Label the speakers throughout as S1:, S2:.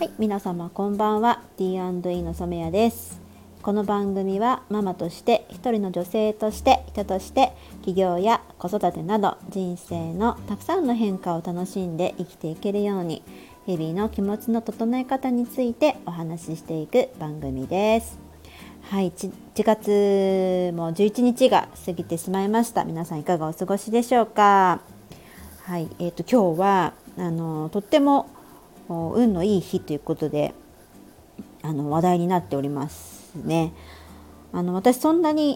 S1: はい、皆様こんばんは。 T&E の染谷です。この番組はママとして、一人の女性として、人として、起業や子育てなど人生のたくさんの変化を楽しんで生きていけるように、日々の気持ちの整え方についてお話ししていく番組です。はい、1月も11日が過ぎてしまいました。皆さんいかがお過ごしでしょうか。はい、今日はとっても運のいい日ということで話題になっておりますね。私そんなに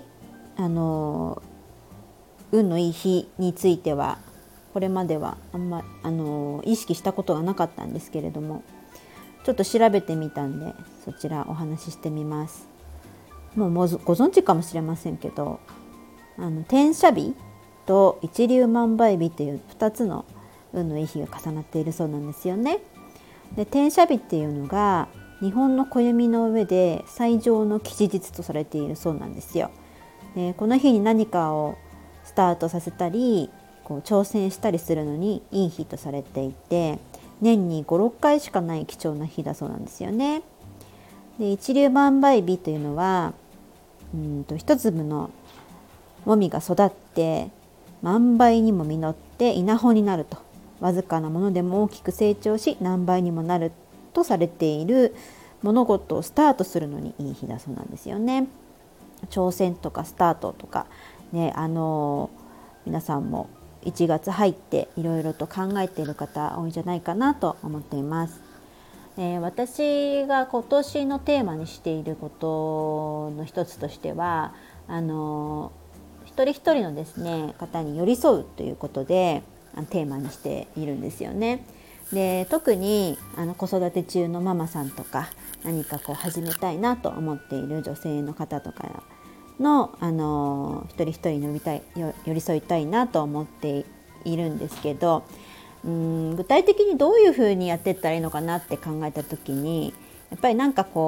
S1: 運のいい日についてはこれまではあんま意識したことがなかったんですけれども、ちょっと調べてみたんでそちらお話ししてみます。もうご存知かもしれませんけど、天赦日と一粒万倍日という2つの運のいい日が重なっているそうなんですよね。で、天赦日っていうのが日本の暦の上で最上の吉日とされているそうなんですよ。で、この日に何かをスタートさせたり挑戦したりするのにいい日とされていて、年に5、6回しかない貴重な日だそうなんですよね。で、一粒万倍日というのは一粒のもみが育って万倍にも実って稲穂になると、わずかなものでも大きく成長し何倍にもなるとされている物事をスタートするのにいい日だそうなんですよね。挑戦とかスタートとかね、皆さんも1月入っていろいろと考えている方多いんじゃないかなと思っています。私が今年のテーマにしていることの一つとしては一人一人のですね方に寄り添うということでテーマにしているんですよね。で、特に子育て中のママさんとか、何か始めたいなと思っている女性の方とかの、一人一人に寄り添いたいなと思っているんですけど、具体的にどういうふうにやっていったらいいのかなって考えた時に、やっぱり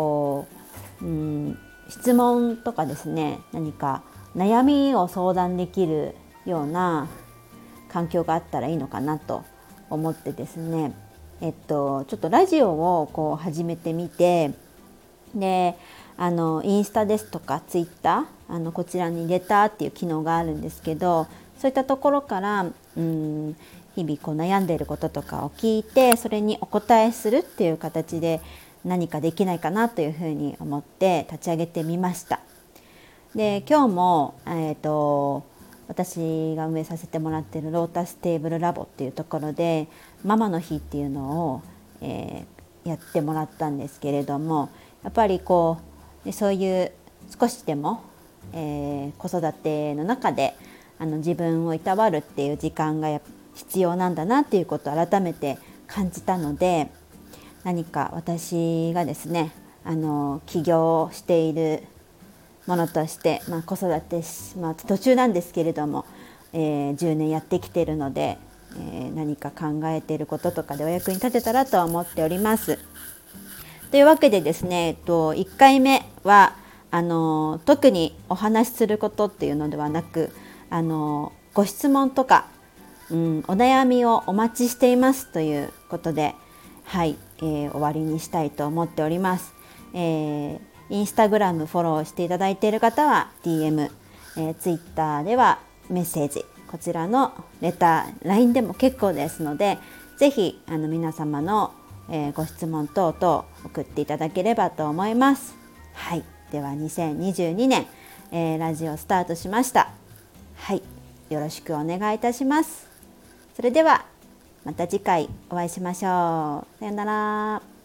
S1: 質問とかですね、何か悩みを相談できるような環境があったらいいのかなと思ってですね、ちょっとラジオを始めてみて、でインスタですとかツイッターこちらにレターっていう機能があるんですけど、そういったところから日々悩んでいることとかを聞いて、それにお答えするっていう形で何かできないかなというふうに思って立ち上げてみました。で、今日も、私が運営させてもらっているロータステーブルラボっていうところでママの日っていうのを、やってもらったんですけれども、やっぱりそういう少しでも、子育ての中で自分をいたわるっていう時間が必要なんだなっていうことを改めて感じたので、何か私がですね起業しているものとして、子育て、途中なんですけれども、10年やってきているので、何か考えていることとかでお役に立てたらと思っております。というわけでですね、1回目は特にお話しすることっていうのではなく、ご質問とか、お悩みをお待ちしていますということで、はい、終わりにしたいと思っております。インスタグラムフォローしていただいている方は DM、ツイッターではメッセージ、こちらのレター、LINE でも結構ですので、ぜひ皆様の、ご質問等々送っていただければと思います。はい、では2022年、ラジオスタートしました。はい、よろしくお願いいたします。それではまた次回お会いしましょう。さよなら。